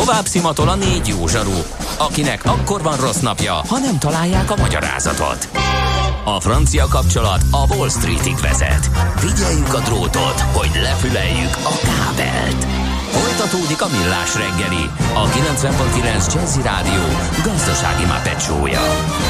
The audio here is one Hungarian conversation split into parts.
Tovább szimatol a 4 jó zsaru, akinek akkor van rossz napja, ha nem találják a magyarázatot. A francia kapcsolat a Wall Streetig vezet. Figyeljük a drótot, hogy lefüleljük a kábelt. Folytatódik a Millás reggeli, a 90.9 Jazzy Rádió gazdasági Muppet show-ja.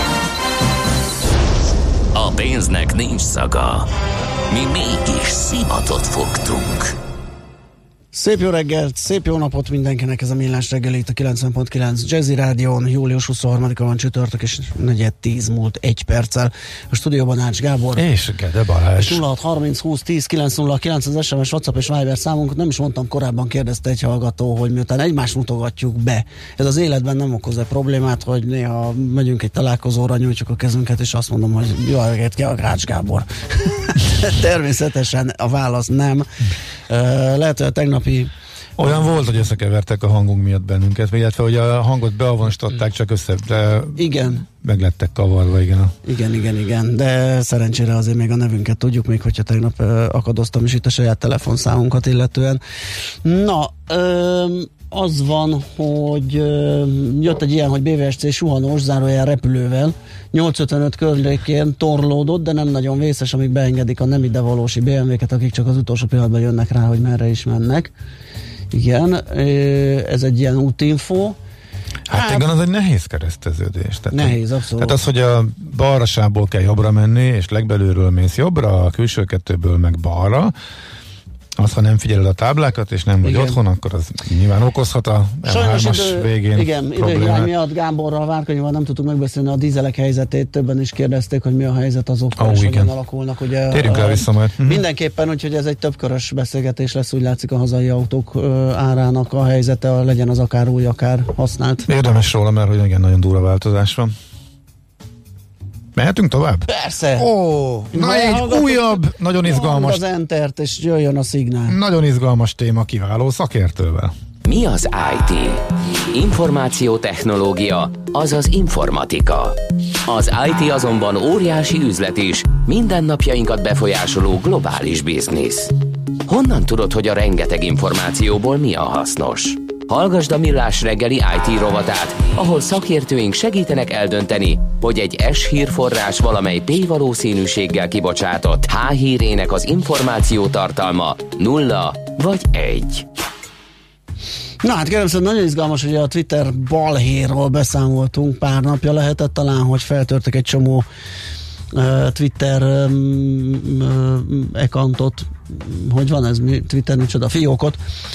A pénznek nincs szaga. Mi mégis szimatot fogtunk. Szép jó reggelt, szép jó napot mindenkinek, ez a Millás reggeli itt a 90.9 Jazzy Rádión. Július 23-a van csütörtök, és 4:10 múlt 1 perccel. A stúdióban Ács Gábor. És Gede Balázs. 0630 20 10 909 az SMS, WhatsApp és Viber számunk. Nem is mondtam, korábban kérdezte egy hallgató, hogy miután egymást mutogatjuk be, ez az életben nem okoz-e problémát, hogy néha megyünk egy találkozóra, nyújtjuk a kezünket, és azt mondom, hogy jó reggelt ki a Ács Gábor. Természetesen a válasz nem. Lehet, hogy a tegnapi... Olyan volt, hogy összekevertek a hangunk miatt bennünket, illetve hogy a hangot beavonstották, csak össze... Igen. Meg lettek kavarva, igen. Igen, de szerencsére azért még a nevünket tudjuk, még hogyha tegnap akadoztam is itt a saját telefonszámunkat illetően. Na, az van, hogy jött egy ilyen, hogy BVSC suhanós zárójel repülővel 855 környékén torlódott, de nem nagyon vészes, amíg beengedik a nem idevalósi BMW-ket, akik csak az utolsó pillanatban jönnek rá, hogy merre is mennek. Igen, ez egy ilyen útinfo. Hát igen, az egy nehéz kereszteződés. Tehát nehéz, abszolút. Tehát az, hogy a balra sávból kell jobbra menni, és legbelülről mész jobbra, a külső kettőből meg balra, az, ha nem figyeled a táblákat, és nem vagy otthon, akkor az nyilván okozhat a M3-as végén igen, időhiány miatt Gáborral, Várkonyival nem tudtuk megbeszélni a dízelek helyzetét, többen is kérdezték, hogy mi a helyzet azokkal, és hogyan alakulnak. Ugye, térjünk el vissza majd. Mindenképpen, úgyhogy ez egy többkörös beszélgetés lesz, úgy látszik a hazai autók árának a helyzete, legyen az akár új, akár használt. Érdemes róla, mert hogy igen, nagyon durva változás van. Mehetünk tovább? Persze! Na egy újabb, nagyon izgalmas... az entert, és jöjjön a szignál. Nagyon izgalmas téma kiváló szakértővel. Mi az IT? Információtechnológia, azaz informatika. Az IT azonban óriási üzlet is, mindennapjainkat befolyásoló globális biznisz. Honnan tudod, hogy a rengeteg információból mi a hasznos? Hallgasd a Millás reggeli IT rovatát, ahol szakértőink segítenek eldönteni, hogy egy S-hírforrás valamely P-valószínűséggel kibocsátott H-hírének az információ tartalma 0 vagy 1. Na hát kérem szépen, nagyon izgalmas, hogy a Twitter balhéról beszámoltunk pár napja, lehetett talán, hogy feltörtek egy csomó Twitter accountot, hogy van ez, Twitter micsoda, fiókot,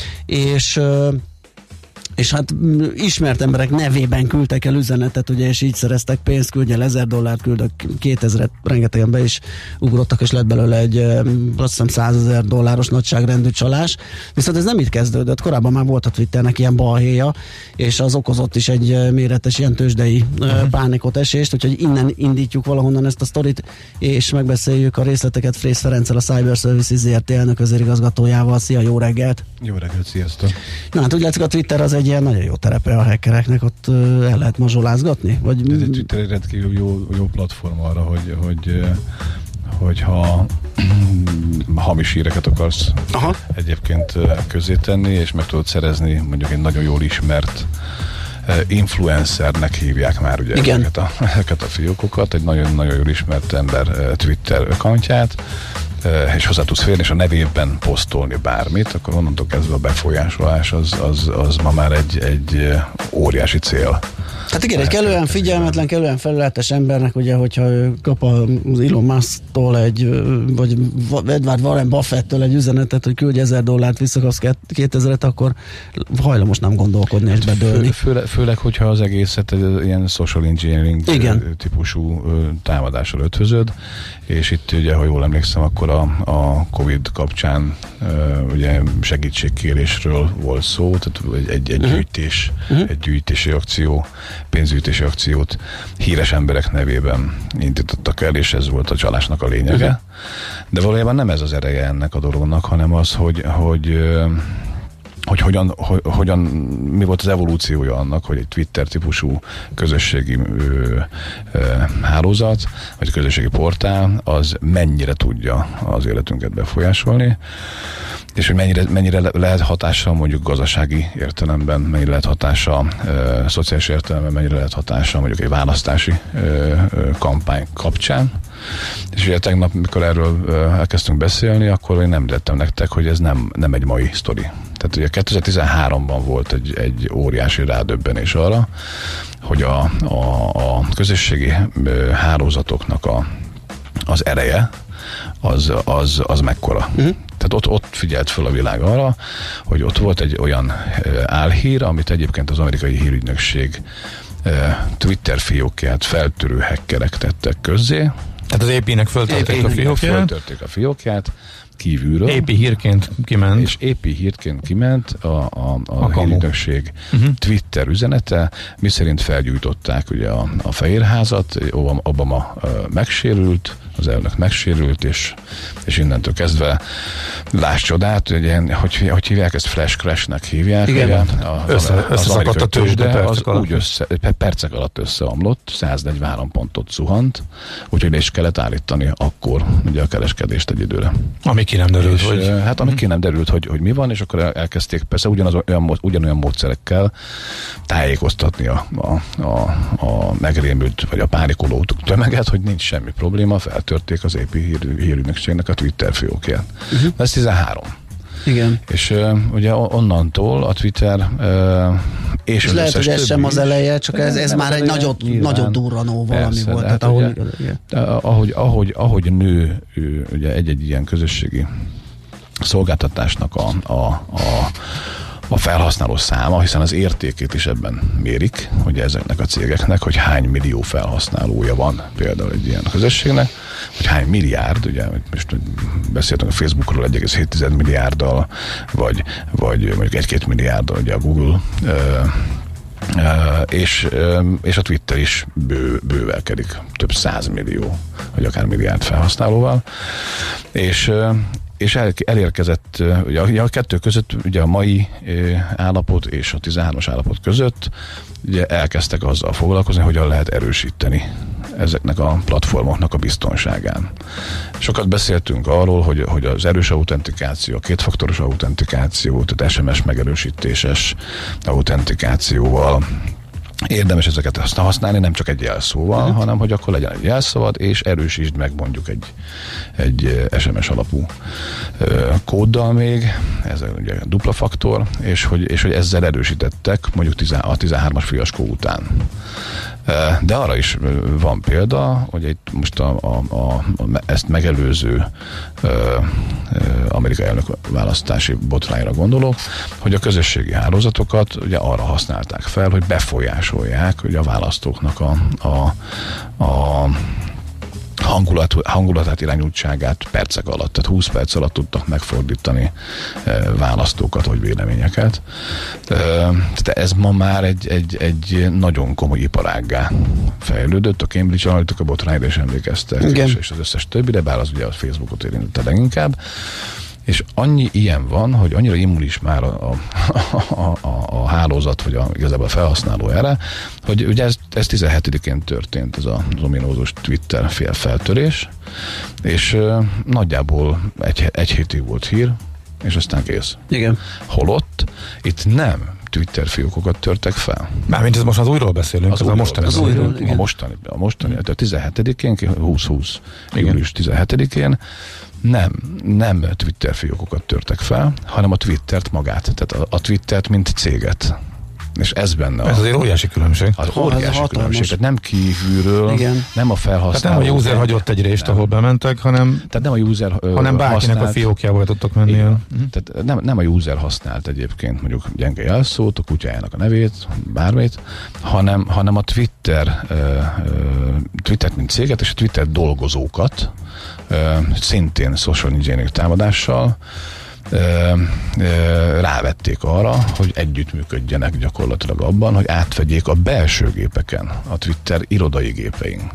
és hát ismert emberek nevében küldtek el üzenetet, ugye, és így szereztek pénzt, küldje $1000, küldök 2000-et, rengetegen be is ugrottak, és lett belőle egy azt hiszem $100,000 nagyságrendű csalás. Viszont ez nem itt kezdődött, korábban már volt a Twitternek ilyen balhéja, és az okozott is egy méretes ilyen tőzsdei pánikot, esést, úgyhogy innen indítjuk valahonnan ezt a sztorit, és megbeszéljük a részleteket Frész Ferenccel, a Cyber Services ZRT elnök vezérigazgatójával. Szia, jó reggelt! Jó reggelt, sziasztok! Na hát úgy látszik, a Twitter az egy ilyen nagyon jó terepe a hackereknek, ott el lehet mazsolázgatni? Vagy... Ez egy Twitter egy rendkívül jó platform arra, hogyha hamis híreket akarsz egyébként közé tenni, és meg tudod szerezni mondjuk egy nagyon jól ismert influencernek hívják már ugye ezeket a fiókokat, egy nagyon-nagyon jól ismert ember Twitter accountját, és hozzá tudsz férni, és a nevében posztolni bármit, akkor onnantól kezdve a befolyásolás az ma már egy óriási cél. Hát igen, egy kellően figyelmetlen, kellően felületes embernek, ugye, hogyha ő kap az Elon Musk-tól vagy Edward Warren Buffett-től egy üzenetet, hogy küldj $1000, visszakapsz 2000-et, akkor hajlamos nem gondolkodni és bedőlni. Főleg, hogyha az egészet ilyen social engineering típusú támadással ötvözöd, és itt ugye, ha jól emlékszem, akkor a Covid kapcsán ugye segítségkérésről volt szó, tehát egy gyűjtési akció, pénzgyűjtési akciót híres emberek nevében indítottak el, és ez volt a csalásnak a lényege. De valójában nem ez az ereje ennek a dolognak, hanem az, hogy hogyan, mi volt az evolúciója annak, hogy egy Twitter típusú közösségi hálózat, vagy közösségi portál, az mennyire tudja az életünket befolyásolni. és hogy mennyire lehet hatása mondjuk gazdasági értelemben, mennyire lehet hatása szociális értelemben, mennyire lehet hatása mondjuk egy választási kampány kapcsán. És ugye tegnap, mikor erről elkezdtünk beszélni, akkor én említettem nektek, hogy ez nem egy mai sztori. Tehát ugye 2013-ban volt egy óriási rádöbbenés arra, hogy a közösségi hálózatoknak az ereje az mekkora. Tehát ott figyelt fel a világ arra, hogy ott volt egy olyan álhír, amit egyébként az amerikai hírügynökség Twitter fiókját feltörő hackerek tettek közzé. Tehát az AP-nek föltörték a fiókját kívülről. AP hírként kiment. És AP hírként kiment a hírügynökség Twitter üzenete, miszerint felgyújtották ugye a Fehérházat, Obama megsérült, az elnök megsérült, és innentől kezdve láss csodát, hogy hívják, ezt flash crashnek hívják. Igen, összeszakadt a tőzsde, az úgy percek alatt összeomlott, 143 pontot zuhant, úgyhogy le is kellett állítani akkor ugye a kereskedést egy időre. Ami ki nem derült, ami ki nem derült, hogy mi van, és akkor elkezdték persze ugyanolyan módszerekkel tájékoztatni a megrémült, vagy a pánikoló tömeget, hogy nincs semmi probléma, feltörték az AP hírügynökségnek a Twitter fiókját. Ez 13. Igen. És ugye onnantól a Twitter és lehet, hogy ez sem az eleje, csak ez már egy nagyon durranó valami volt. Tehát ahogy nő ugye egy ilyen közösségi szolgáltatásnak a felhasználó száma, hiszen az értékét is ebben mérik, hogy ezeknek a cégeknek, hogy hány millió felhasználója van például egy ilyen közösségnek, hogy hány milliárd, ugye most beszéltünk a Facebookról 1,7 milliárddal, vagy mondjuk 1-2 milliárddal ugye a Google, és a Twitter is bővelkedik több 100 millió, vagy akár milliárd felhasználóval, és elérkezett, ugye a kettő között, ugye a mai állapot és a 13-as állapot között ugye elkezdtek azzal foglalkozni, hogyan lehet erősíteni ezeknek a platformoknak a biztonságán. Sokat beszéltünk arról, hogy az erős autentikáció, a kétfaktoros autentikáció, tehát SMS megerősítéses autentikációval érdemes ezeket használni, nem csak egy jelszóval, hanem hogy akkor legyen egy jelszavad, és erősítsd meg mondjuk egy SMS alapú kóddal még, ez ugye dupla faktor, és hogy ezzel erősítettek mondjuk a 13-as fiaskó után. De arra is van példa, hogy itt most ezt megelőző amerikai elnök választási botrányra gondolok, hogy a közösségi hálózatokat ugye arra használták fel, hogy befolyásolják ugye a választóknak a hangulatát, irányultságát percek alatt, tehát 20 perc alatt tudtak megfordítani választókat, vagy véleményeket. Tehát ez ma már egy nagyon komoly iparággá fejlődött. A Cambridge Analytica botrányra is emlékeztek, és az összes többire, bár az ugye a Facebookot érintette leginkább. És annyi ilyen van, hogy annyira immunis már a hálózat, vagy igazából a felhasználó erre, hogy ugye ez 17-én történt, ez az ominózus Twitter feltörés, és nagyjából egy hétig volt hír, és aztán kész. Igen. Holott itt nem Twitter fiókokat törtek fel. Mármint ez most az újról beszélünk, a mostani, tehát 17-én, 2020, július 17-én nem Twitter fiókokat törtek fel, hanem a Twittert magát, tehát a Twittert, mint céget. És ez benne. Ez azért óriási különbség. Az óriási különbség. Tehát nem kívülről, igen. Nem a felhasználó. Tehát nem a user hagyott egy részt, ahol bementek, hanem nem a user hanem bárkinek a fiókjából tudtok menni. Tehát nem a user használt egyébként mondjuk gyenge jelszót, a kutyájának a nevét, bármit, hanem a Twittert mint céget, és a Twitter dolgozókat szintén social engineering támadással rávették arra, hogy együttműködjenek gyakorlatilag abban, hogy átvegyék a belső gépeken, a Twitter irodai gépein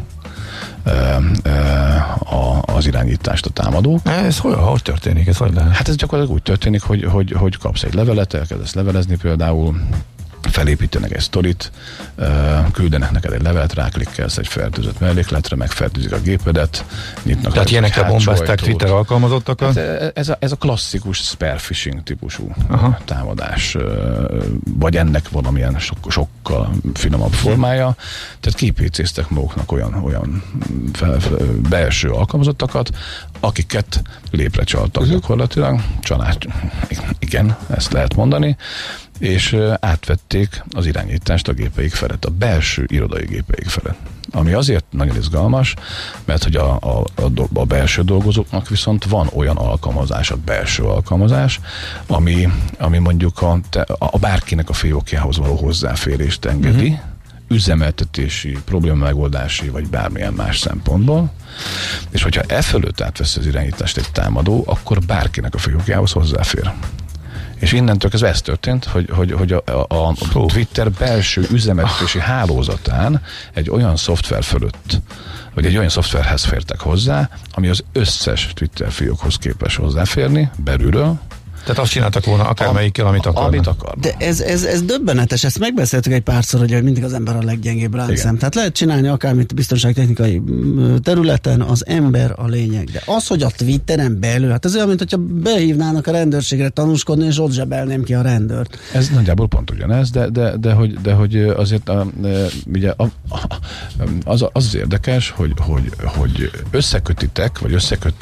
az irányítást a támadók. Ez hogy történik? Ez hogy lehet? Hát ez gyakorlatilag úgy történik, hogy kapsz egy levelet, elkezdesz levelezni például, felépítenek egy sztorit, küldenek neked egy levelet, ráklikkelsz egy fertőzött mellékletre, megfertőzik a gépedet, nyitnak. Tehát ilyenekkel bombázták Twitter alkalmazottakat? Hát ez a klasszikus spare phishing típusú támadás, vagy ennek valamilyen sokkal finomabb formája. Tehát kipécéztek maguknak olyan belső alkalmazottakat, akiket lépre csaltak gyakorlatilag. Csalás, igen, ezt lehet mondani. És átvették az irányítást a gépeik felett, a belső irodai gépeik felett. Ami azért nagyon izgalmas, mert hogy a belső dolgozóknak viszont van olyan alkalmazás, a belső alkalmazás, ami mondjuk a bárkinek a fiókjához való hozzáférést engedi, üzemeltetési, problémamegoldási, vagy bármilyen más szempontból, és hogyha e fölött átveszi az irányítást egy támadó, akkor bárkinek a fiókjához hozzáfér. És innentől kezdve ez történt, hogy a Twitter belső üzemeltetési hálózatán egy olyan szoftver fölött, vagy egy olyan szoftverhez fértek hozzá, ami az összes Twitter fiókhoz képes hozzáférni belülről. Tehát azt csináltak volna akármelyikkel, amit akarnak. De ez döbbenetes, ezt megbeszéltük egy párszor, hogy mindig az ember a leggyengébb láncszem. Tehát lehet csinálni akármit biztonságtechnikai területen, az ember a lényeg. De az, hogy a Twitteren belül, hát ez olyan, mint hogyha behívnának a rendőrségre tanúskodni, és ott zsebelném ki a rendőrt. Ez nagyjából pont ugyanez, de hogy azért ugye az érdekes, hogy összekötitek, vagy összeköti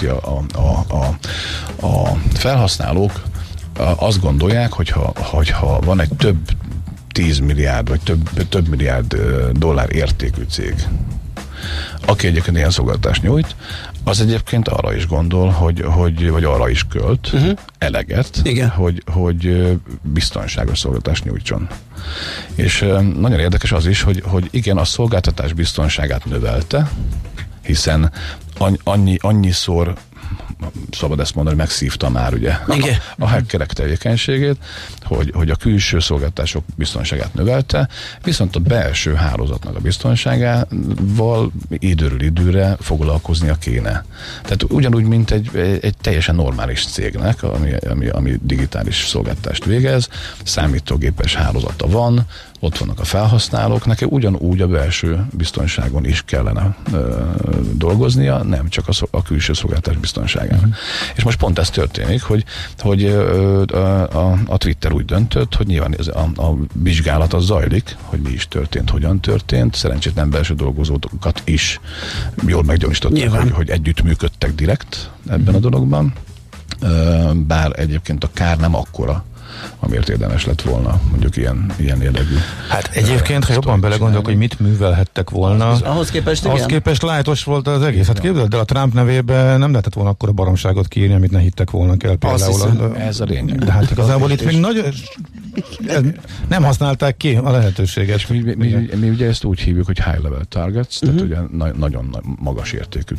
a felhasználók azt gondolják, hogyha van egy több 10 milliárd, vagy több milliárd dollár értékű cég, aki egyébként ilyen szolgáltatást nyújt, az egyébként arra is gondol, vagy arra is költ eleget, hogy biztonságos szolgáltatást nyújtson. És nagyon érdekes az is, hogy igen, a szolgáltatás biztonságát növelte, hiszen annyiszor szabad ezt mondani, megszívta már ugye a hackerek tevékenységét, hogy a külső szolgáltatások biztonságát növelte, viszont a belső hálózatnak a biztonságával időről időre foglalkoznia kéne. Tehát ugyanúgy, mint egy teljesen normális cégnek, ami digitális szolgáltatást végez, számítógépes hálózata van, ott vannak a felhasználók, neki ugyanúgy a belső biztonságon is kellene dolgoznia, nem csak a külső szolgáltatás biztonságán. És most pont ez történik, hogy a Twitter úgy döntött, hogy nyilván a vizsgálat az zajlik, hogy mi is történt, hogyan történt, szerencsétlen belső dolgozókat is jól meggyanúsították, hogy együtt működtek direkt ebben a dologban, bár egyébként a kár nem akkora, amiért érdemes lett volna mondjuk ilyen jellegű. Hát egyébként, ha jobban belegondolok, hogy mit művelhettek volna. Ahhoz képest lájtos volt az egész. Hát képzeld, de a Trump nevében nem lehetett volna akkor a baromságot kiírni, amit ne hittek volna kell például. Ez a lényeg. De hát igazából itt még nagyon nem használták ki a lehetőséget. Mi ugye ezt úgy hívjuk, hogy high level targets, tehát ugye nagyon magas értékű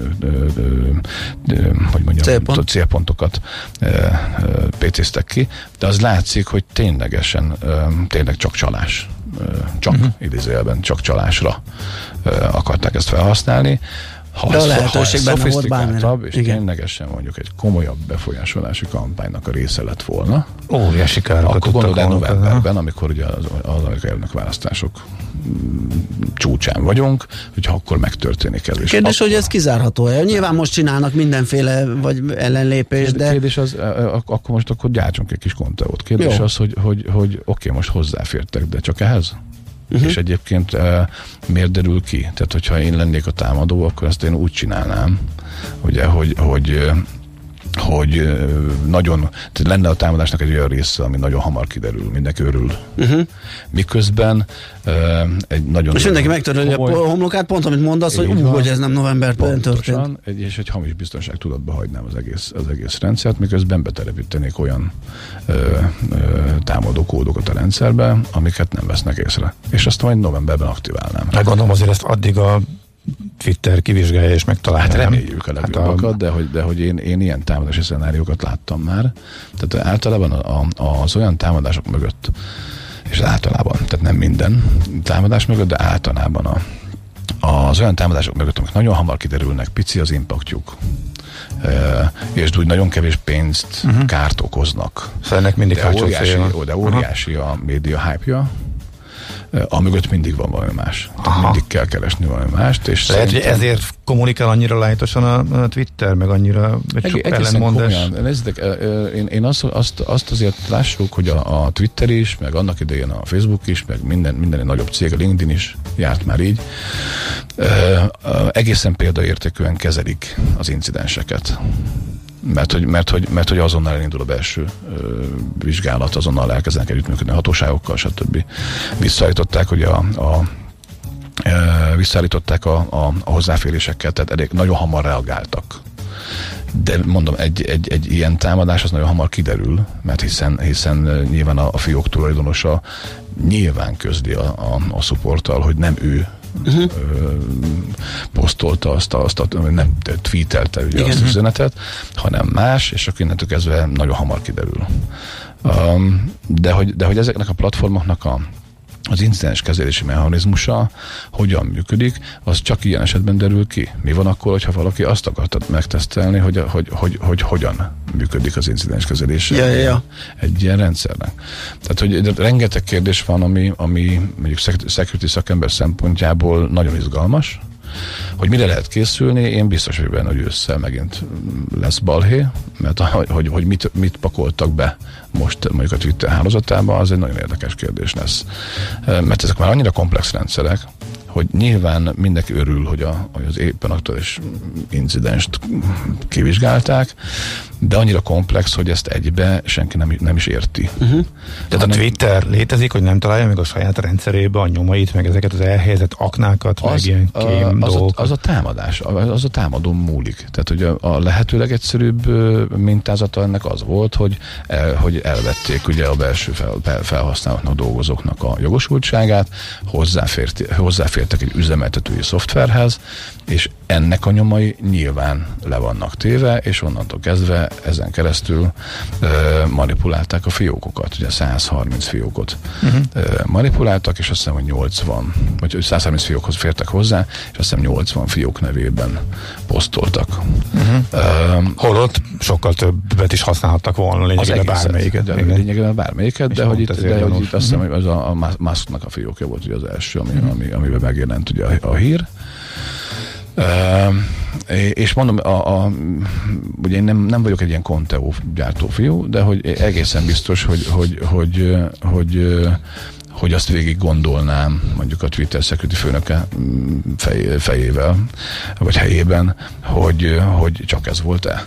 hogy mondjam, célpontokat PC-ztek ki, de az látszik, hogy tényleg csak csalás, idézőjelben csak csalásra akarták ezt felhasználni. Ha de a lehetőség benne volt bármire. És ténylegesen mondjuk egy komolyabb befolyásolási kampánynak a része lett volna. Óriási károkat akkor gondolod el novemberben, amikor ugye az amerikai elnökválasztások csúcsán vagyunk, hogyha akkor megtörténik ez. Kérdés, hogy ez kizárható-e? Nyilván most csinálnak mindenféle vagy ellenlépést, de... Kérdés az, akkor gyártsunk egy kis konteót. Kérdés az, hogy oké, most hozzáfértek, de csak ehhez? És egyébként miért derül ki? Tehát, hogyha én lennék a támadó, akkor ezt én úgy csinálnám, ugye, hogy nagyon, tehát lenne a támadásnak egy olyan része, ami nagyon hamar kiderül, mindenki örül. Miközben egy nagyon... És mindenki megtöröli a homlokát, pont amit mondasz, hogy ez nem novemberben történt. És egy hamis biztonságtudatba hagynám az egész rendszert, miközben betelepítenék olyan támadó kódokat a rendszerbe, amiket nem vesznek észre. És azt majd novemberben aktiválnám. Hát gondolom azért ezt addig a Twitter kivizsgálja és megtalálja. Hát reméljük a legjobbakat, de hogy én ilyen támadási szenáriókat láttam már. Tehát általában az olyan támadások mögött, és általában, tehát nem minden támadás mögött, de általában az olyan támadások mögött, amik nagyon hamar kiderülnek, pici az impactjuk, és úgy nagyon kevés pénzt, kárt okoznak. Szóval ennek mindig de óriási a média hype-ja, amögött mindig van valami más. Tehát mindig kell keresni valami mást. És lehet, hogy ezért kommunikál annyira lájtosan a Twitter, meg annyira sok ellenmondás. Én azt azért lássuk, hogy a Twitter is, meg annak idején a Facebook is, meg minden nagyobb cég, a LinkedIn is járt már így. Egészen példaértékűen kezelik az incidenseket. Mert hogy azonnal elindul a belső vizsgálat, azonnal elkezdenek együttműködni a hatóságokkal, stb. Visszaállították, hogy visszaállították a hozzáférésekkel, tehát elég nagyon hamar reagáltak. De mondom, egy ilyen támadás az nagyon hamar kiderül, mert hiszen nyilván a fiók tulajdonosa nyilván közli a supporttal, hogy nem ő posztolta azt nem tweetelte ugye azt az üzenetet, hanem más, és akkor innentől kezdve nagyon hamar kiderül. De hogy ezeknek a platformoknak az incidens kezelési mechanizmusa hogyan működik, az csak ilyen esetben derül ki. Mi van akkor, hogyha valaki azt akarta megtesztelni, hogy hogyan működik az incidens kezelése egy ilyen rendszernek. Tehát, hogy rengeteg kérdés van, ami mondjuk security szakember szempontjából nagyon izgalmas, hogy mire lehet készülni, én biztos vagyok benne, hogy ősszel megint lesz balhé, mert hogy mit pakoltak be most mondjuk a Twitter hálózatába, az egy nagyon érdekes kérdés lesz. Mert ezek már annyira komplex rendszerek, hogy nyilván mindenki örül, hogy az éppen aktuális incidenst kivizsgálták, de annyira komplex, hogy ezt egybe senki nem is érti. Tehát a Twitter létezik, hogy nem találja meg a saját rendszerébe a nyomait, meg ezeket az elhelyezett aknákat, meg ilyen kém dolgokat. Az a támadás, az a támadó múlik. Tehát, hogy a lehető legegyszerűbb mintázata ennek az volt, hogy elvették ugye a belső felhasználóknak, dolgozóknak a jogosultságát, hozzáfértek egy üzemeltetői szoftverhez, és ennek a nyomai nyilván le vannak téve, és onnantól kezdve ezen keresztül manipulálták a fiókokat, ugye 130 fiókot manipuláltak, és azt hiszem, hogy 80, vagy 130 fiókhoz fértek hozzá, és azt hiszem 80 fiók nevében posztoltak. Holott sokkal többet is használhattak volna lényegében bármelyiket. De hogy itt azt hiszem, hogy az a Musknak a fiókja volt ugye az első, amiben megjelent ugye a hír. És mondom, ugye én nem vagyok egy ilyen Conteo gyártó fiú, de hogy egészen biztos, hogy azt végig gondolnám mondjuk a Twitter security főnöke fejével, vagy helyében, hogy csak ez volt-e.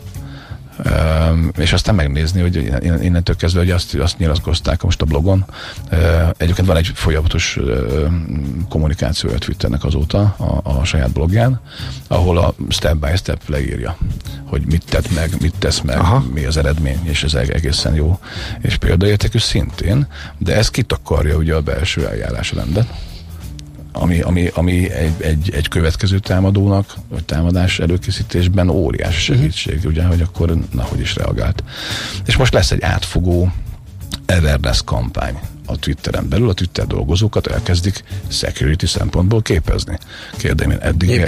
És aztán megnézni, hogy innentől kezdve, hogy azt nyilatkozták most a blogon. Egyébként van egy folyamatos kommunikációja a Twitternek azóta a saját blogján, ahol a step by step leírja, hogy mit tett meg, mit tesz meg, mi az eredmény, és ez egészen jó. És példaértékű szintén, de ez kitakarja ugye a belső eljárásrendet, ami egy következő támadónak, vagy támadás előkészítésben óriási segítség, ugye, hogy akkor hogy is reagált. És most lesz egy átfogó awareness kampány a Twitteren belül, a Twitter dolgozókat elkezdik security szempontból képezni. Kérdem én eddig.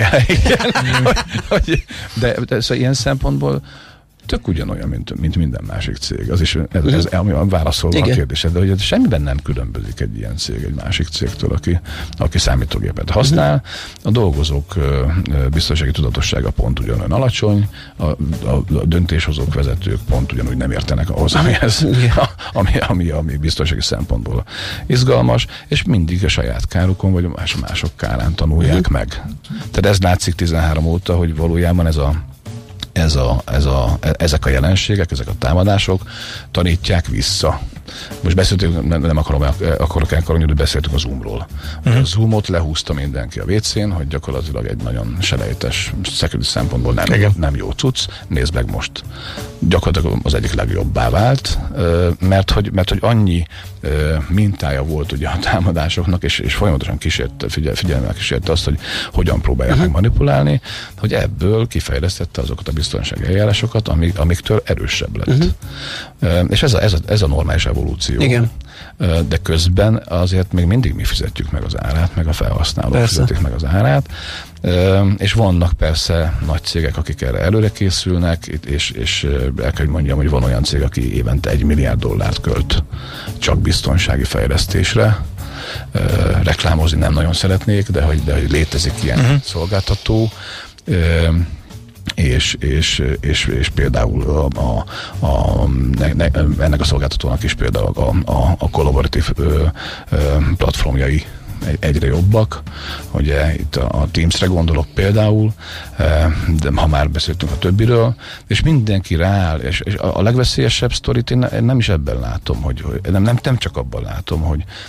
De szóval ilyen szempontból tök ugyanolyan, mint minden másik cég. Az is, ez ami válaszolva a kérdésed, de hogy semmiben nem különbözik egy ilyen cég egy másik cégtől, aki számítógépet használ. A dolgozók biztonsági tudatossága pont ugyanolyan alacsony, a döntéshozók, vezetők pont ugyanúgy nem értenek ahhoz, ami biztonsági szempontból izgalmas, és mindig a saját kárukon, vagy mások kárán tanulják meg. Tehát ez látszik 13 óta, hogy valójában ezek a jelenségek, ezek a támadások tanítják vissza. Most beszéltünk, nem akarok elkarolni, de beszéltünk a Zoomról. A Zoomot lehúzta mindenki a WC-n, hogy gyakorlatilag egy nagyon selejtes, security szempontból nem jó cucc. Nézd meg most. Gyakorlatilag az egyik legjobbá vált, mert hogy annyi mintája volt ugye a támadásoknak, és folyamatosan figyelemmel kísérte azt, hogy hogyan próbálják meg manipulálni, hogy ebből kifejlesztette azokat a biztonsági eljárásokat, amiktől erősebb lett. És ez a normális revolúció. Igen. De közben azért még mindig mi fizetjük meg az árát, meg a felhasználók fizetik meg az árát, és vannak persze nagy cégek, akik erre előre készülnek, és el kell, hogy mondjam, hogy van olyan cég, aki évente $1 milliárd költ csak biztonsági fejlesztésre. Reklámozni nem nagyon szeretnék, de hogy létezik ilyen szolgáltató, és például ennek a szolgáltatónak is például a kollaboratív platformjai egyre jobbak. Ugye itt a Teams-re gondolok például, de ha már beszéltünk a többiről, és mindenki rááll, és a legveszélyesebb sztorit én nem is ebben látom, hogy nem csak abban látom,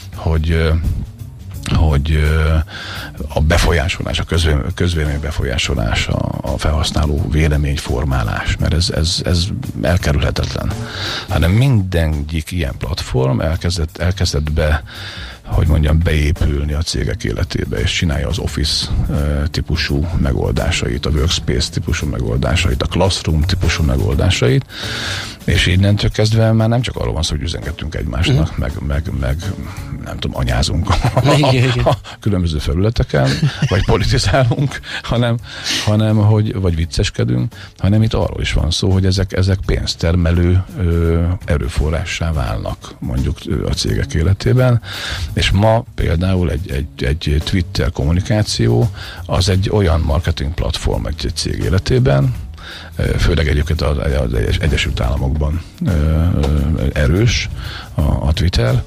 hogy a befolyásolás, a közvélemény befolyásolás, a felhasználó véleményformálás, mert ez elkerülhetetlen. Hanem mindegyik ilyen platform elkezdett beépülni a cégek életébe, és csinálja az Office típusú megoldásait, a Workspace típusú megoldásait, a Classroom típusú megoldásait, és innentől kezdve már nem csak arról van szó, hogy üzengetünk egymásnak, meg nem tudom, anyázunk a különböző felületeken, vagy politizálunk, hanem vagy vicceskedünk, hanem itt arról is van szó, hogy ezek pénztermelő erőforrássá válnak mondjuk a cégek életében, és ma például egy Twitter kommunikáció az egy olyan marketing platform egy cég életében, főleg egyébként az Egyesült Államokban erős a Twitter,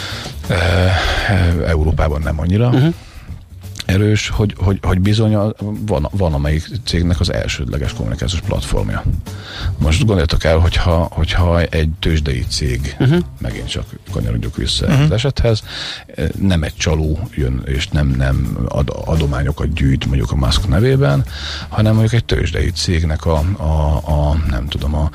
Európában nem annyira erős, hogy bizony van amelyik cégnek az elsődleges kommunikációs platformja. Most gondoljatok el, hogyha egy tőzsdei cég, megint csak kanyarodjuk vissza az esethez, nem egy csaló jön, és nem adományokat gyűjt mondjuk a Musk nevében, hanem mondjuk egy tőzsdei cégnek nem tudom,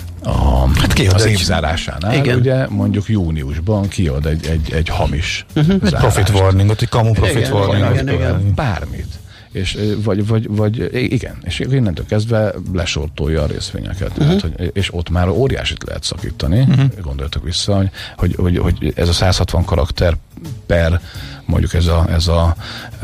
az évzárásánál, ugye mondjuk júniusban kiad egy hamis egy profit warningot, egy kamu profit warningot. Bármit. És, vagy igen, és innentől kezdve lesortolja a részvényeket. És ott már óriásit lehet szakítani. Gondoljatok vissza, hogy ez a 160 karakter per mondjuk ez a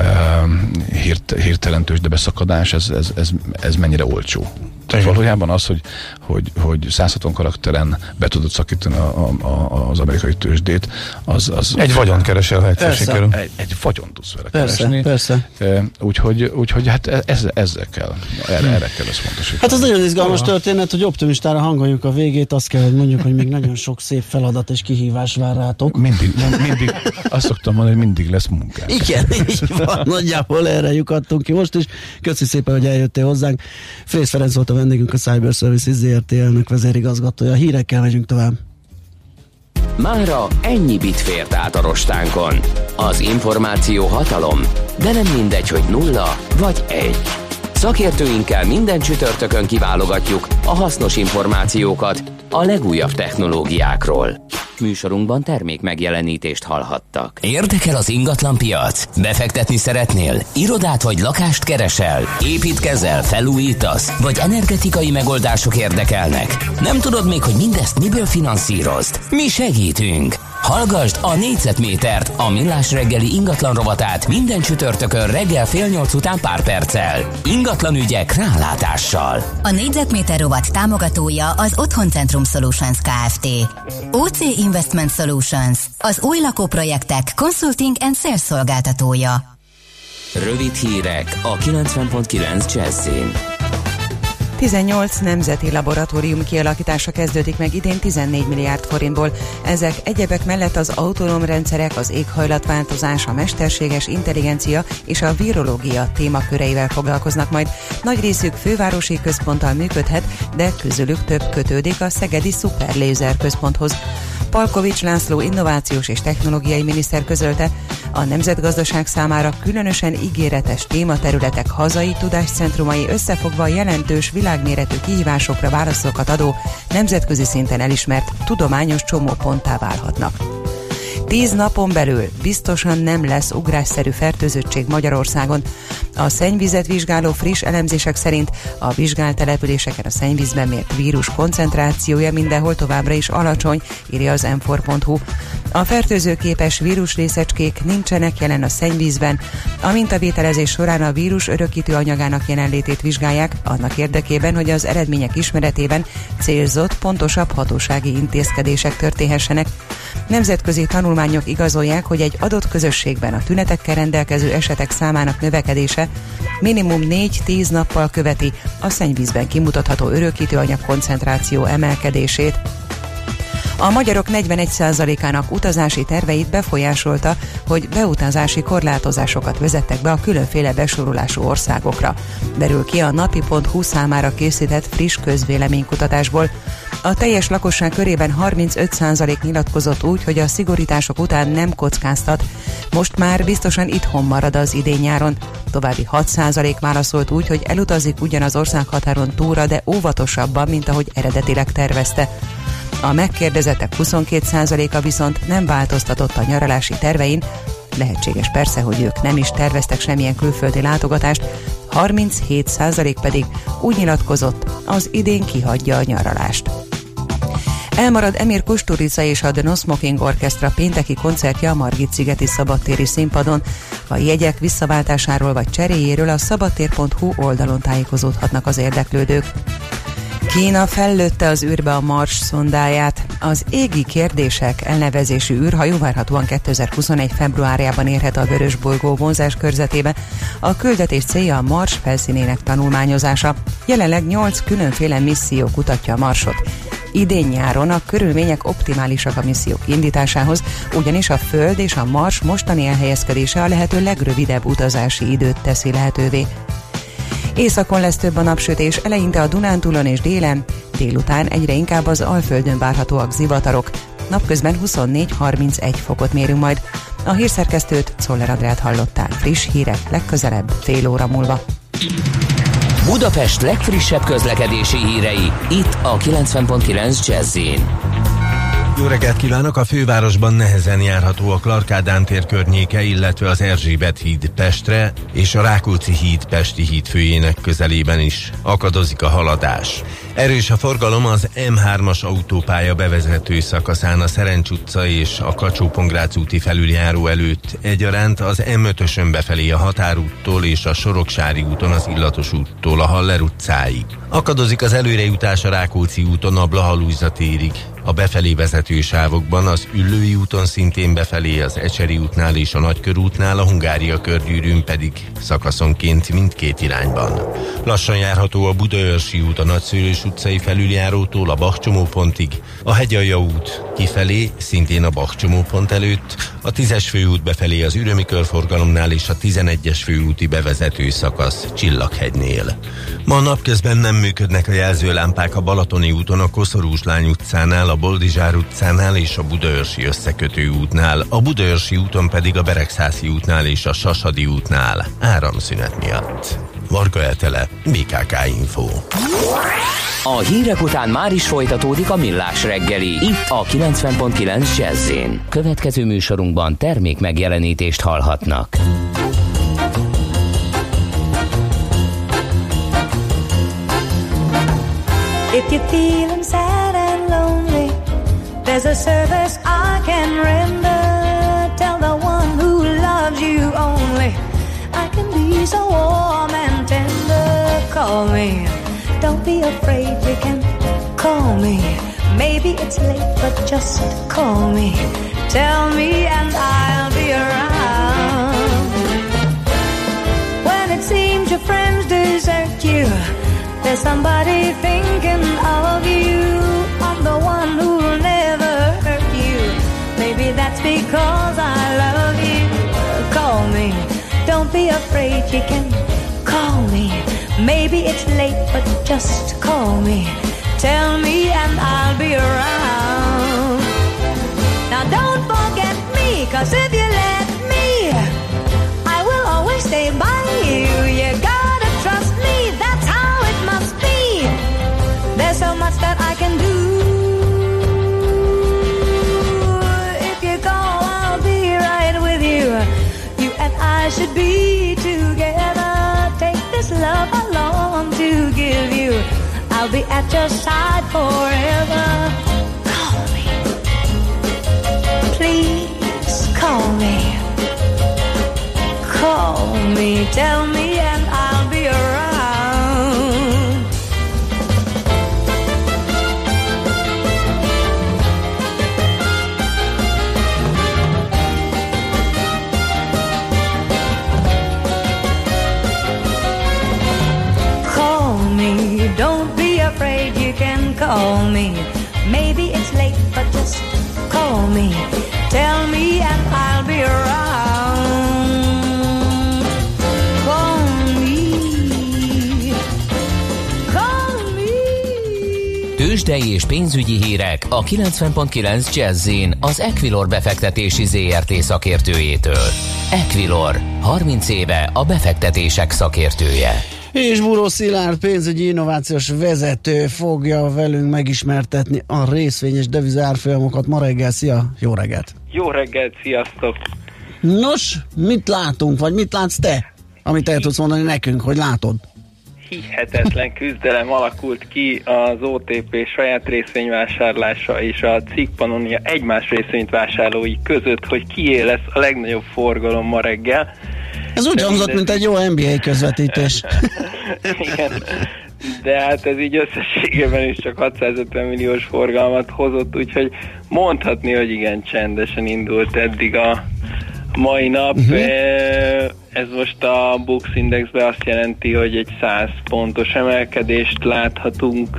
hirtelen tőzsdebeszakadás, ez mennyire olcsó. Tehát valójában az, hogy 160 karakteren be tudod szakítani az amerikai tőzsdét, az egy vagyont keresel, ha egyszer sikerül. Egy vagyont tudsz vele keresni. Persze. Úgyhogy hát ezzel kell, erre kell összpontosítani. Hát az nagyon izgalmas történet, hogy optimistára hangoljuk a végét, azt kell, hogy mondjuk, hogy még nagyon sok szép feladat és kihívás vár rátok. Mindig, azt szoktam mondani, hogy mindig lesz munkánk. Igen, így van, nagyjából erre lyukadtunk ki most is. Köszi szépen, hogy eljöttél hozzánk. Frész Ferenc volt a vendégünk, a Cyber Services ZRT elnök vezérigazgatója. Hírekkel megyünk tovább. Mára ennyi bit fért át a rostánkon. Az információ hatalom, de nem mindegy, hogy 0 vagy 1. Szakértőinkkel minden csütörtökön kiválogatjuk a hasznos információkat a legújabb technológiákról. Műsorunkban termék megjelenítést hallhattak. Érdekel az ingatlanpiac? Befektetni szeretnél? Irodát vagy lakást keresel? Építkezel, felújítasz? Vagy energetikai megoldások érdekelnek? Nem tudod még, hogy mindezt miből finanszírozd? Mi segítünk! Hallgasd a Négyzetmétert, a Millás reggeli ingatlan rovatát minden csütörtökön reggel 7:30 után pár perccel. Ingatlan ügyek rálátással. A Négyzetméter rovat támogatója az Otthoncentrum Solutions Kft. OC Investment Solutions, az új lakóprojektek consulting and sales szolgáltatója. Rövid hírek a 90.9 Jazzin. 18 nemzeti laboratórium kialakítása kezdődik meg idén 14 milliárd forintból. Ezek egyebek mellett az autonóm rendszerek, az éghajlatváltozás, a mesterséges intelligencia és a virológia témaköreivel foglalkoznak majd. Nagy részük fővárosi központtal működhet, de közülük több kötődik a szegedi szuperlézer központhoz. Palkovics László innovációs és technológiai miniszter közölte, a nemzetgazdaság számára különösen ígéretes tématerületek hazai tudáscentrumai összefogva jelentős világméretű kihívásokra válaszokat adó, nemzetközi szinten elismert tudományos csomóponttá válhatnak. 10 napon belül biztosan nem lesz ugrásszerű fertőzöttség Magyarországon. A szennyvizet vizsgáló friss elemzések szerint a vizsgált településeken a szennyvízben mért vírus koncentrációja mindenhol továbbra is alacsony, írja az m4.hu. A fertőzőképes vírusrészecskék nincsenek jelen a szennyvízben. A mintavételezés során a vírus örökítő anyagának jelenlétét vizsgálják, annak érdekében, hogy az eredmények ismeretében célzott, pontosabb hatósági intézkedések történhessenek. Nemzetközi tanulmányok igazolják, hogy egy adott közösségben a tünetekkel rendelkező esetek számának növekedése minimum 4-10 nappal követi a szennyvízben kimutatható örökítőanyag koncentráció emelkedését. A magyarok 41%-ának utazási terveit befolyásolta, hogy beutazási korlátozásokat vezettek be a különféle besorolású országokra. Derül ki a napi.hu számára készített friss közvéleménykutatásból. A teljes lakosság körében 35% nyilatkozott úgy, hogy a szigorítások után nem kockáztat. Most már biztosan itthon marad az idén-nyáron. További 6% válaszolt úgy, hogy elutazik ugyanaz országhatáron túlra, de óvatosabban, mint ahogy eredetileg tervezte. A megkérdezettek 22%-a viszont nem változtatott a nyaralási tervein, lehetséges persze, hogy ők nem is terveztek semmilyen külföldi látogatást, 37% pedig úgy nyilatkozott, az idén kihagyja a nyaralást. Elmarad Emir Kusturica és a The No Smoking Orchestra pénteki koncertje a Margit-szigeti szabadtéri színpadon. A jegyek visszaváltásáról vagy cseréjéről a szabadtér.hu oldalon tájékozódhatnak az érdeklődők. Kína fellőtte az űrbe a Mars szondáját. Az Égi Kérdések elnevezésű űrhajó várhatóan 2021. februárjában érhet a Vörösbolygó vonzás körzetébe. A küldetés célja a Mars felszínének tanulmányozása. Jelenleg 8 különféle misszió kutatja a Marsot. Idén-nyáron a körülmények optimálisak a missziók indításához, ugyanis a Föld és a Mars mostani elhelyezkedése a lehető legrövidebb utazási időt teszi lehetővé. Északon lesz több a napsütés, eleinte a Dunántúlon és délen, délután egyre inkább az Alföldön várhatóak zivatarok. Napközben 24-31 fokot mérünk majd. A hírszerkesztőt, Czoller Andrát hallották. Friss hírek legközelebb fél óra múlva. Budapest legfrissebb közlekedési hírei, itt a 90.9 Jazz-in. Jó reggelt kívánok! A fővárosban nehezen járható a Clark Ádám tér környéke, illetve az Erzsébet híd Pestre és a Rákóczi híd Pesti híd főjének közelében is. Akadozik a haladás. Erős a forgalom az M3-as autópálya bevezető szakaszán a Szerencs utca és a Kacsó-Pongrác úti felüljáró előtt, egyaránt az M5-ösön befelé a Határúttól és a Soroksári úton az Illatos úttól a Haller utcáig. Akadozik az előrejutás a Rákóczi úton a Blaha-Lujza térig. A befelé vezető sávokban az Üllői úton szintén befelé, az Ecseri útnál és a Nagykörútnál, a Hungária körgyűrűn pedig szakaszonként mindkét irányban. Lassan járható a Budaörsi út a Nagyszőlős utcai felüljárótól a Bachcsomópontig, a Hegyalja út kifelé, szintén a Bachcsomópont előtt, a 10-es főút befelé az Ürömi körforgalomnál és a 11-es főúti bevezető szakasz Csillaghegynél. Ma napközben nem működnek a jelzőlámpák a Balatoni úton, a Koszorúslány utcánál, a Boldizsár utcánál és a Budaörsi összekötő útnál, a Budaörsi úton pedig a Beregszászi útnál és a Sasadi útnál áramszünet miatt. Varga Etele, BKK Info. A hírek után már is folytatódik a Millás reggeli, itt a 90.9 Jazz-in. Következő műsorunkban termék megjelenítést hallhatnak. If you're feeling sad and lonely, there's a service I can render. Tell the one who loves you only, I can be so warm and tender. Call me, don't be afraid, you can call me. Maybe it's late, but just call me. Tell me and I'll be around. When it seems your friends desert you, there's somebody thinking of you. I'm the one who'll never hurt you. Maybe that's because I love you. Call me, don't be afraid, you can call me. Maybe it's late, but just call me. Tell me and I'll be around. Now don't forget me, 'cause if you let me, I will always stay by you. You gotta trust me, that's how it must be. There's so much that I can do. If you go I'll be at your side forever. Call me, please call me. Call me, tell me, and I'll be around. Call me, don't be afraid, you can call me. Maybe it's late, but just call me. Tell me, and I'll be around. Call me. Call me. Tőzsdei és pénzügyi hírek a 90.9 Jazz-in az Equilor befektetési ZRT szakértőjétől. Equilor, 30 éve a befektetések szakértője. És Buró Szilárd pénzügyi innovációs vezető fogja velünk megismertetni a részvényes devizárfolyamokat ma reggel. Szia, jó reggelt! Jó reggelt, sziasztok! Nos, mit látunk, vagy mit látsz te, amit el tudsz mondani nekünk, hogy látod? Hihetetlen küzdelem alakult ki az OTP saját részvényvásárlása és a Cikk Pannonia egymás részvényt vásárlói között, hogy kié lesz a legnagyobb forgalom ma reggel. Ez úgy hangzott, mint egy jó NBA közvetítés. Igen, de hát ez így összességében is csak 650 milliós forgalmat hozott, úgyhogy mondhatni, hogy igen, csendesen indult eddig a mai nap. Ez most a Bux Indexben azt jelenti, hogy egy 100 pontos emelkedést láthatunk,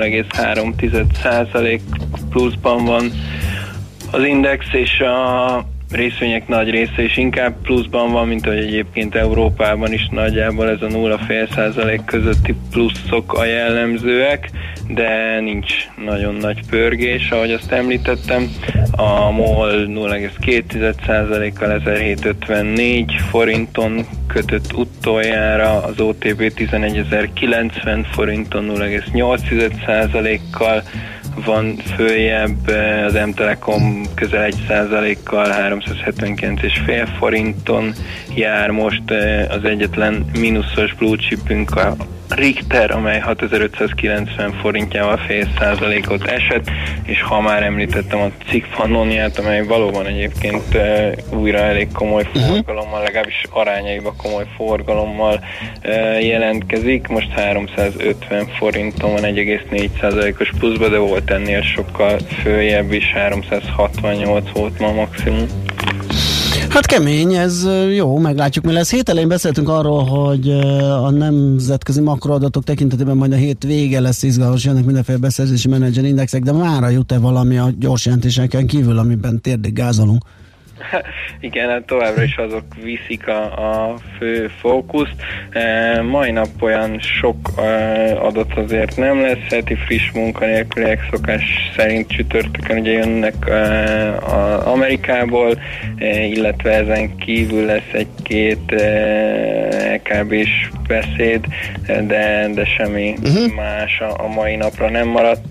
0,3% pluszban van az index, és a részvények nagy része is inkább pluszban van, mint ahogy egyébként Európában is nagyjából ez a 0,5% közötti pluszok a jellemzőek, de nincs nagyon nagy pörgés, ahogy azt említettem. A MOL 0,2%-kal 1754 forinton kötött utoljára, az OTP 11.090 forinton 0,8%-kal van följebb, az M-Telekom közel 1%-kal 379,5 forinton jár most, az egyetlen mínuszos blue chipünk a Richter, amely 6590 forintjával fél százalékot esett, és ha már említettem a Cikk Pannoniát, amely valóban egyébként újra elég komoly forgalommal, legalábbis arányaiban komoly forgalommal jelentkezik. Most 350 forinton van 1,4%-os pluszba, de volt ennél sokkal följebb is, 368 volt ma maximum. Hát kemény, ez jó, meglátjuk, mi lesz. Hét elején beszéltünk arról, hogy a nemzetközi makroadatok tekintetében majd a hét vége lesz izgalmas, jönnek mindenféle beszerzési menedzserindexek, de mára jut-e valami a gyors jelentéseken kívül, amiben térdig gázolunk? Igen, hát továbbra is azok viszik a fő fókuszt. Mai nap olyan sok adat azért nem lesz, heti friss munkanélküliek szokás szerint csütörtökön ugye jönnek Amerikából, illetve ezen kívül lesz egy-két LKB-s beszéd, de semmi más a mai napra nem maradt.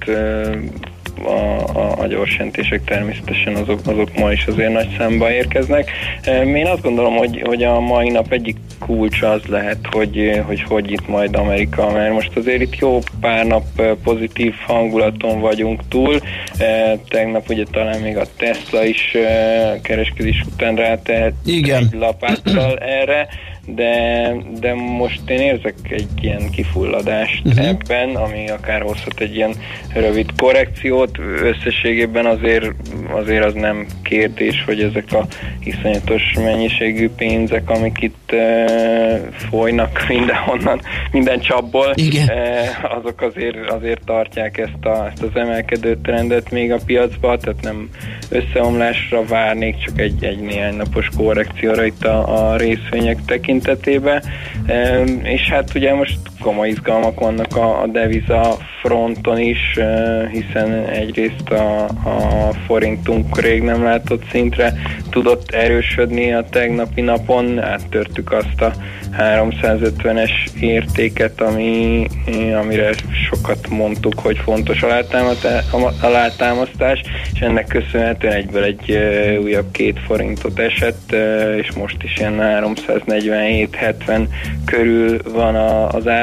A gyors jelentések természetesen azok ma is azért nagy számba érkeznek. Én azt gondolom, hogy a mai nap egyik kulcsa az lehet, hogy itt majd Amerika, mert most azért itt jó pár nap pozitív hangulaton vagyunk túl. Tegnap ugye talán még a Tesla is kereskedés után rátehet egy lapáttal erre, de most én érzek egy ilyen kifulladást ebben, ami akár hozhat egy ilyen rövid korrekciót. Összességében azért az nem kérdés, hogy ezek a iszonyatos mennyiségű pénzek, amik itt folynak mindenhonnan, minden csapból, azok azért tartják ezt az emelkedő trendet még a piacba, tehát nem összeomlásra várnék, csak egy néhány napos korrekcióra itt a részvények tekintetében. És hát ugye most komoly izgalmak vannak a deviza fronton is, hiszen egyrészt a forintunk rég nem látott szintre tudott erősödni a tegnapi napon, áttörtük azt a 350-es értéket, amire sokat mondtuk, hogy fontos alátámasztás, és ennek köszönhetően egyből egy újabb 2 forintot esett, és most is ilyen 347-70 körül van az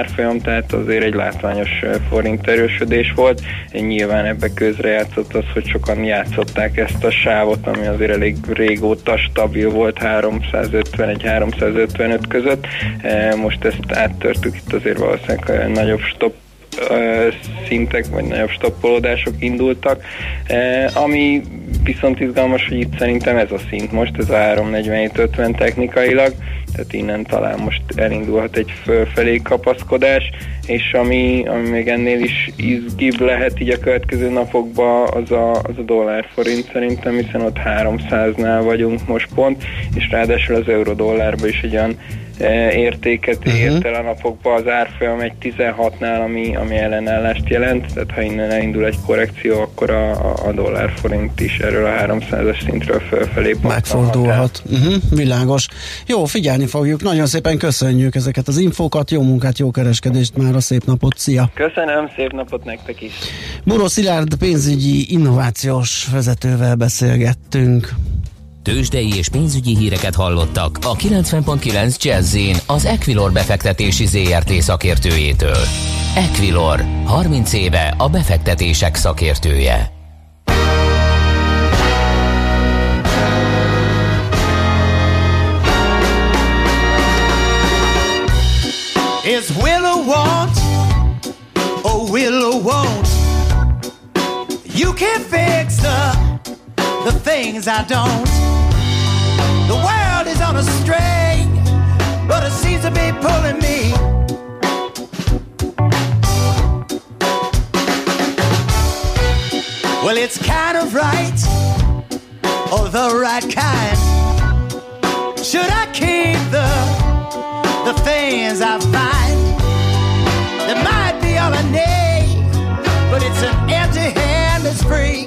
árfolyam, tehát azért egy látványos forint erősödés volt. Nyilván ebbe közrejátszott az, hogy sokan játszották ezt a sávot, ami azért elég régóta stabil volt 351-355 között. Most ezt áttörtük, itt azért valószínűleg nagyobb stop szintek, vagy nagyobb stoppolódások indultak. Ami viszont izgalmas, hogy itt szerintem ez a szint most, ez a 347-50 technikailag, tehát innen talán most elindulhat egy fölfelé kapaszkodás, és ami még ennél is izgibb lehet így a következő napokban, az a dollár-forint szerintem, hiszen ott 300-nál vagyunk most pont, és ráadásul az euró-dollárban is egy olyan értéket ért el a napokban az árfolyam egy 16-nál, ami ellenállást jelent, tehát ha innen elindul egy korrekció, akkor a dollár-forint is erről a 300-as szintről fölfelé megfordulhat. Világos. Jó, figyelni fogjuk. Nagyon szépen köszönjük ezeket az infókat, jó munkát, jó kereskedést már, a szép napot, szia! Köszönöm, szép napot nektek is! Buró Szilárd pénzügyi innovációs vezetővel beszélgettünk. Tőzsdei és pénzügyi híreket hallottak a 90.9 Jazz-in az Equilor befektetési ZRT szakértőjétől. Equilor, 30 éve a befektetések szakértője. Is will or won't, or will or won't. You can't fix the things I don't. The world is on a string, but it seems to be pulling me. Well, it's kind of right, or the right kind. Should I keep the things I find? They might be all I need, but it's an empty hand that's free.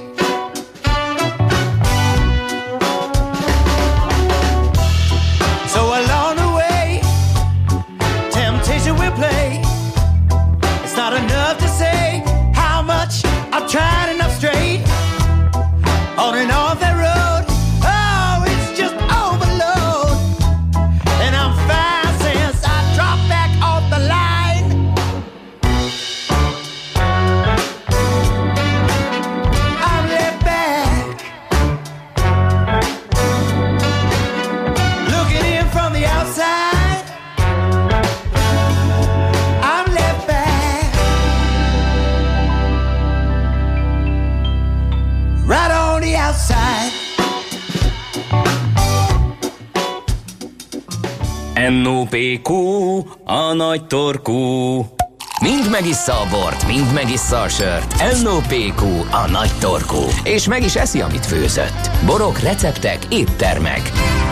So along the way, temptation will play. It's not enough to say how much I've tried and I've strayed on and off that road. Oh, it's just overload, and I'm fine since I dropped back off the line. I'm left back, looking in from the outside. I'm left back, right on the outside. NOPQ, a nagy torkú. Mind megissza a bort, mind megissza a sört. NOPQ, a nagy torkú. És meg is eszi, amit főzött. Borok, receptek, éttermek.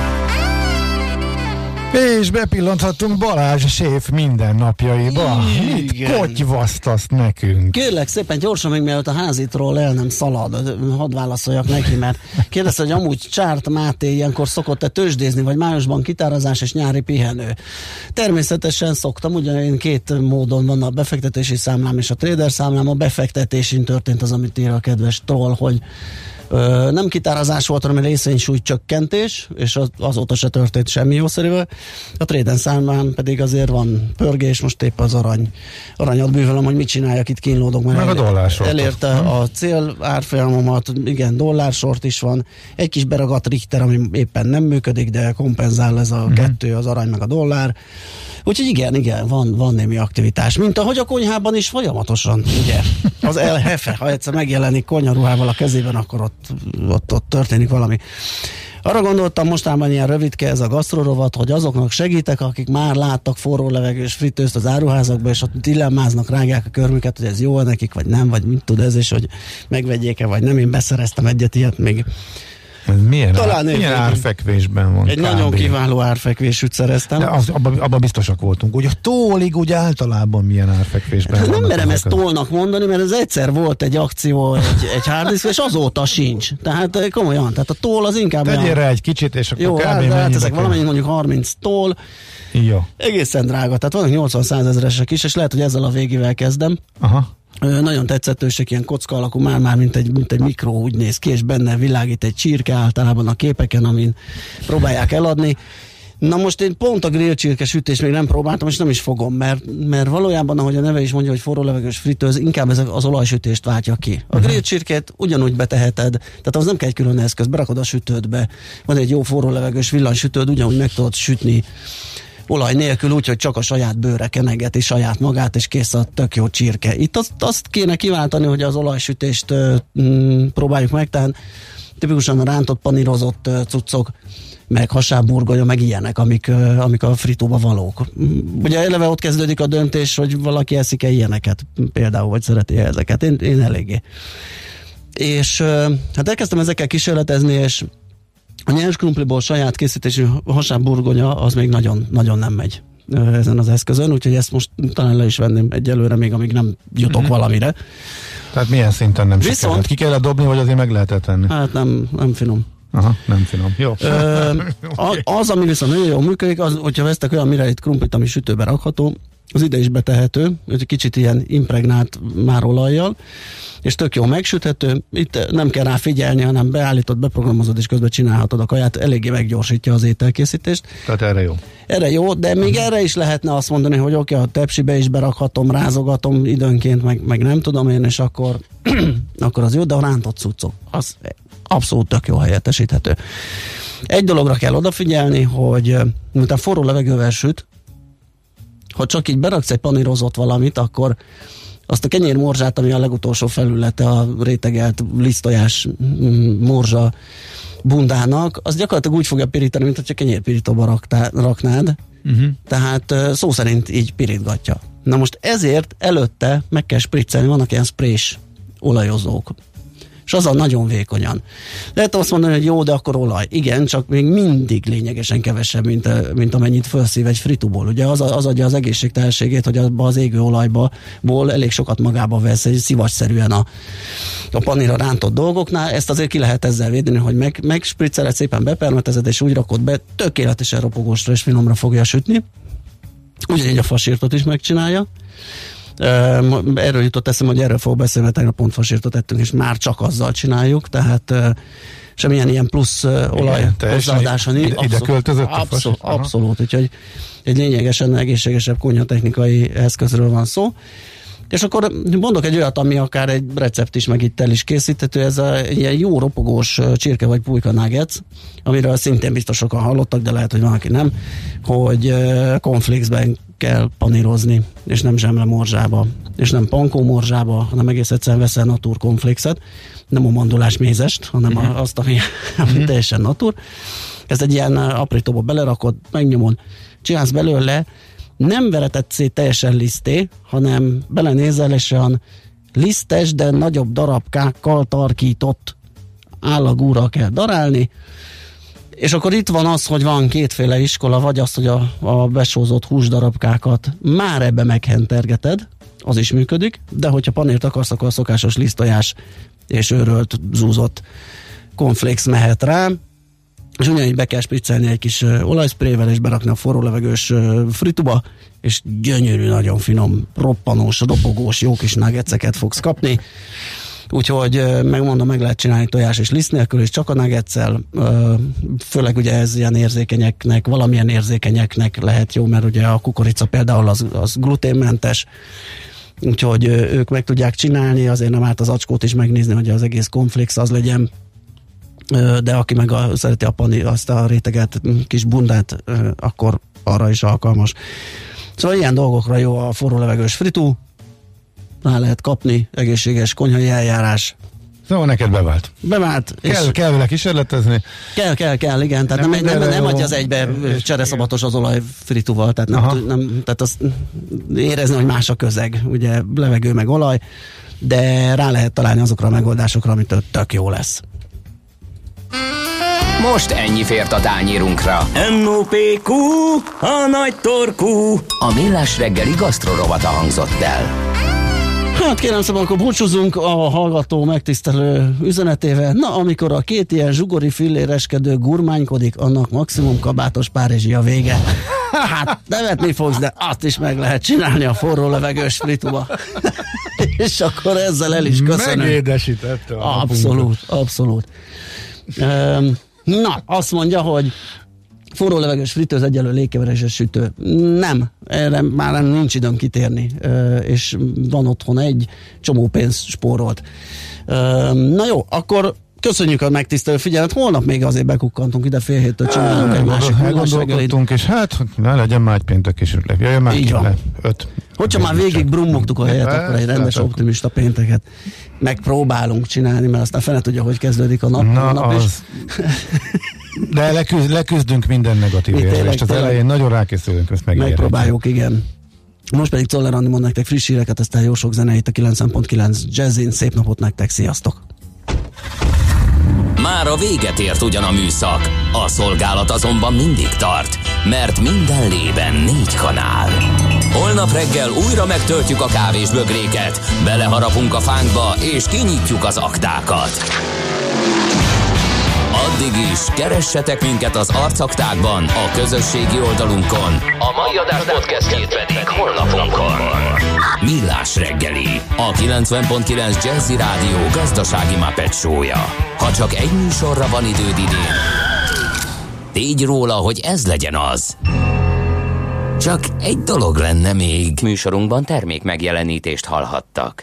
És bepillanthattunk Balázs séf mindennapjaiba. Mit kotyvasztasz nekünk? Kérlek szépen gyorsan, még mielőtt a házitról el nem szalad, hadd válaszoljak neki, mert kérdezte, hogy amúgy Csárt Máté ilyenkor szokott-e tőzsdézni, vagy májusban kitárazás és nyári pihenő. Természetesen szoktam, ugye én két módon van a befektetési számlám és a trader számlám. A befektetésén történt az, amit ír a kedves troll, hogy nem kitárazás volt, hanem részvénysúly csökkentés, és azóta se történt semmi jószerűvel. A traden számán pedig azért van pörgés, most épp az aranyat bűvölöm, hogy mit csináljak, itt kínlódok, mert meg a dollársort elérte a cél árfolyamomat, igen, dollársort is van, egy kis beragadt Richter, ami éppen nem működik, de kompenzál ez a kettő, az arany meg a dollár. Úgyhogy igen, van némi aktivitás. Mint ahogy a konyhában is folyamatosan, ugye? Az elhefe, ha egyszer megjelenik konyaruhával a kezében, akkor ott történik valami. Arra gondoltam mostában ilyen rövidke ez a gasztrorovat, hogy azoknak segítek, akik már láttak forró levegős fritőzt az áruházakban, és ott dilemmáznak, rágják a körmüket, hogy ez jó nekik, vagy nem, vagy mit tud ez, és hogy megvegyék-e, vagy nem. Én beszereztem egyet ilyet még. Milyen árfekvésben van? Egy nagyon kiváló árfekvésűt szereztem. Abban biztosak voltunk. Ugye a tólig úgy általában milyen árfekvésben van? Nem merem ezt tólnak mondani, mert ez egyszer volt egy akció, egy harddisk, és azóta sincs. Tehát komolyan, tehát a tól az inkább tegyél rá egy kicsit, és akkor jó, kb. ezek valamennyit mondjuk 30 tól. Jó. Egészen drága, tehát vannak 80-100 ezeresek is, és lehet, hogy ezzel a végével kezdem. Aha. Nagyon tetszett, ősek ilyen kocka alakú, már mint egy mikro úgy néz ki, és benne világít egy csirke általában a képeken, amin próbálják eladni. Na most én pont a grillcsirke sütést még nem próbáltam, és nem is fogom, mert valójában, ahogy a neve is mondja, hogy forró levegős fritőz, inkább ez az olajsütést váltja ki. A grillcsirkét ugyanúgy beteheted, tehát az nem kell egy külön eszköz, berakod a sütődbe. Van egy jó forró levegős villanysütőd, ugyanúgy meg tudod sütni olaj nélkül, úgyhogy csak a saját bőre kenegeti saját magát, és kész a tök jó csirke. Itt azt kéne kiváltani, hogy az olajsütést próbáljuk meg, tehát tipikusan a rántott, panírozott cuccok, meg hasábburgonya, meg ilyenek, amik a fritóba valók. Ugye eleve ott kezdődik a döntés, hogy valaki eszik-e ilyeneket például, vagy szereti ezeket. Én eléggé. És hát elkezdtem ezekkel kísérletezni, és a nyers krumpliból saját készítésű hasábburgonya az még nagyon, nagyon nem megy ezen az eszközön, úgyhogy ezt most talán le is venném egyelőre, még amíg nem jutok valamire. Tehát milyen szinten nem sikerült? Ki kellett dobni, vagy azért meg lehetett tenni? Hát nem finom. Aha, nem finom. Jó. Az, ami viszont nagyon jól működik, az, hogyha vesztek olyan mireit krumplit, ami sütőbe rakható, az ide is betehető, egy kicsit ilyen impregnált már olajjal, és tök jó megsüthető. Itt nem kell rá figyelni, hanem beállítod, beprogramozod, és közben csinálhatod a kaját, eléggé meggyorsítja az ételkészítést. Tehát erre jó. Erre jó, de még erre is lehetne azt mondani, hogy oké, a tepsibe is berakhatom, rázogatom időnként, meg nem tudom én, és akkor az jó, de a rántott cuccok, az abszolút tök jó helyettesíthető. Egy dologra kell odafigyelni, hogy miután forró levegővel süt, ha csak így beraksz egy panírozott valamit, akkor azt a kenyérmorzsát, ami a legutolsó felülete a rétegelt lisztojás morzsa bundának, az gyakorlatilag úgy fogja pirítani, mint hogyha kenyérpirítóba raknád. Tehát szó szerint így pirítgatja. Na most ezért előtte meg kell spriccelni, vannak ilyen sprés olajozók. És azzal nagyon vékonyan. Lehet azt mondani, hogy jó, de akkor olaj. Igen, csak még mindig lényegesen kevesebb, mint amennyit felszív egy frituból. Ugye az adja az egészségtelenségét, hogy abba az égő olajból elég sokat magába vesz, egy szivacsszerűen a paníra rántott dolgoknál. Ezt azért ki lehet ezzel védeni, hogy megspricceled, szépen bepermetezed, és úgy rakod be, tökéletesen ropogósra és finomra fogja sütni. Ugyanígy a fasírtot is megcsinálja. Erről jutott eszem, hogy erről fogok beszélni, mert tegnap pont fasírtot ettünk, és már csak azzal csináljuk, tehát semmilyen ilyen plusz olaj hozzáadása nincs. Ide költözött a fasírt? Abszolút, úgyhogy egy lényegesen egészségesebb konyhatechnikai eszközről van szó. És akkor mondok egy olyat, ami akár egy recept is, meg itt el is készíthető, ez egy ilyen jó ropogós csirke vagy pulyka nuggets, amiről szintén biztos sokan hallottak, de lehet, hogy van, aki nem, hogy cornflakesben kell panírozni, és nem zsemle morzsába, és nem pankó morzsába, hanem egész egyszerűen veszel natur cornflakeset, nem a mandulás mézest, hanem azt, ami teljesen natur. Ez egy ilyen aprítóba belerakod, megnyomod, csinálsz belőle, nem veretett szét teljesen liszté, hanem belenézel, és olyan lisztes, de nagyobb darabkákkal tarkított állagúra kell darálni, és akkor itt van az, hogy van kétféle iskola, vagy az, hogy a besózott húsdarabkákat már ebbe meghentergeted, az is működik, de hogyha panírt akarsz, akkor a szokásos lisztojás és őrölt, zúzott cornflakes mehet rá, és ugyanígy be kell spriccelni egy kis olajszprével, és berakni a forró levegős frituba, és gyönyörű, nagyon finom, roppanós, ropogós, jó kis nuggetseket fogsz kapni. Úgyhogy megmondom, meg lehet csinálni tojás és liszt nélkül, és csak a nuggetszel, főleg ugye ez ilyen érzékenyeknek, valamilyen érzékenyeknek lehet jó, mert ugye a kukorica például az gluténmentes, úgyhogy ők meg tudják csinálni, azért nem árt az acskót is megnézni, hogy az egész cornflakes az legyen, de aki meg szereti azt a réteget kis bundát, akkor arra is alkalmas. Szóval ilyen dolgokra jó a forró levegős fritú, rá lehet kapni, egészséges konyhai eljárás. Szóval neked bevált. Bevált. Kell vele kísérletezni? Kell, igen. Tehát nem adja az egybe csereszabatos az olaj fritúval, tehát tehát azt érezni, hogy más a közeg, ugye levegő meg olaj, de rá lehet találni azokra a megoldásokra, amitől tök jó lesz. Most ennyi fért a tányérunkra. M.O.P.Q. a nagy torkú. A Millás reggeli gasztrorovata hangzott el. Hát kérem szépen, akkor búcsúzunk a hallgató megtisztelő üzenetével. Na, amikor a két ilyen zsugori filléreskedő gurmánykodik, annak maximum kabátos párizsi a vége. Hát nevetni fogsz, de azt is meg lehet csinálni a forró levegős frituba. És akkor ezzel el is köszönöm. Megédesítette a abszolút. Na, azt mondja, hogy Forró levegős fritőz egyenlő légkeveréses sütő. Nem, erre már nincs időm kitérni, és van otthon egy csomó pénz spórolt. Na jó, akkor köszönjük a megtisztelő figyelmet. Holnap még azért bekukkantunk ide, fél héttől csinálunk egy másik elgondolkodtunk, és hát ne legyen már egy péntek is. Jöjjön már így van. 5. Hogyha már végig brummogtuk a helyet, akkor egy rendes optimista pénteket megpróbálunk csinálni, mert aztán fene tudja, hogy kezdődik a nap. Na, a nap is. De leküzdünk minden negatív érzést. Az elején nagyon rákészülünk, ezt megpróbáljuk, igen. Most pedig Czoller Andi mond nektek friss híreket, aztán jó sok zene itt a 90.9 Jazzin. Szép napot nektek, sziasztok! Már a véget ért ugyan a műszak, a szolgálat azonban mindig tart, mert minden lében 4 kanál. Holnap reggel újra megtöltjük a kávésbögréket, beleharapunk a fánkba és kinyitjuk az aktákat. Addig is keressetek minket az arcaktákban, a közösségi oldalunkon. A mai adás podcastjét pedig honlapunkon. Millás reggeli, a 90.9 Jazzy Rádió gazdasági Muppet show-ja. Ha csak egy műsorra van időd idén, tégy róla, hogy ez legyen az. Csak egy dolog lenne még. Műsorunkban termék megjelenítést hallhattak.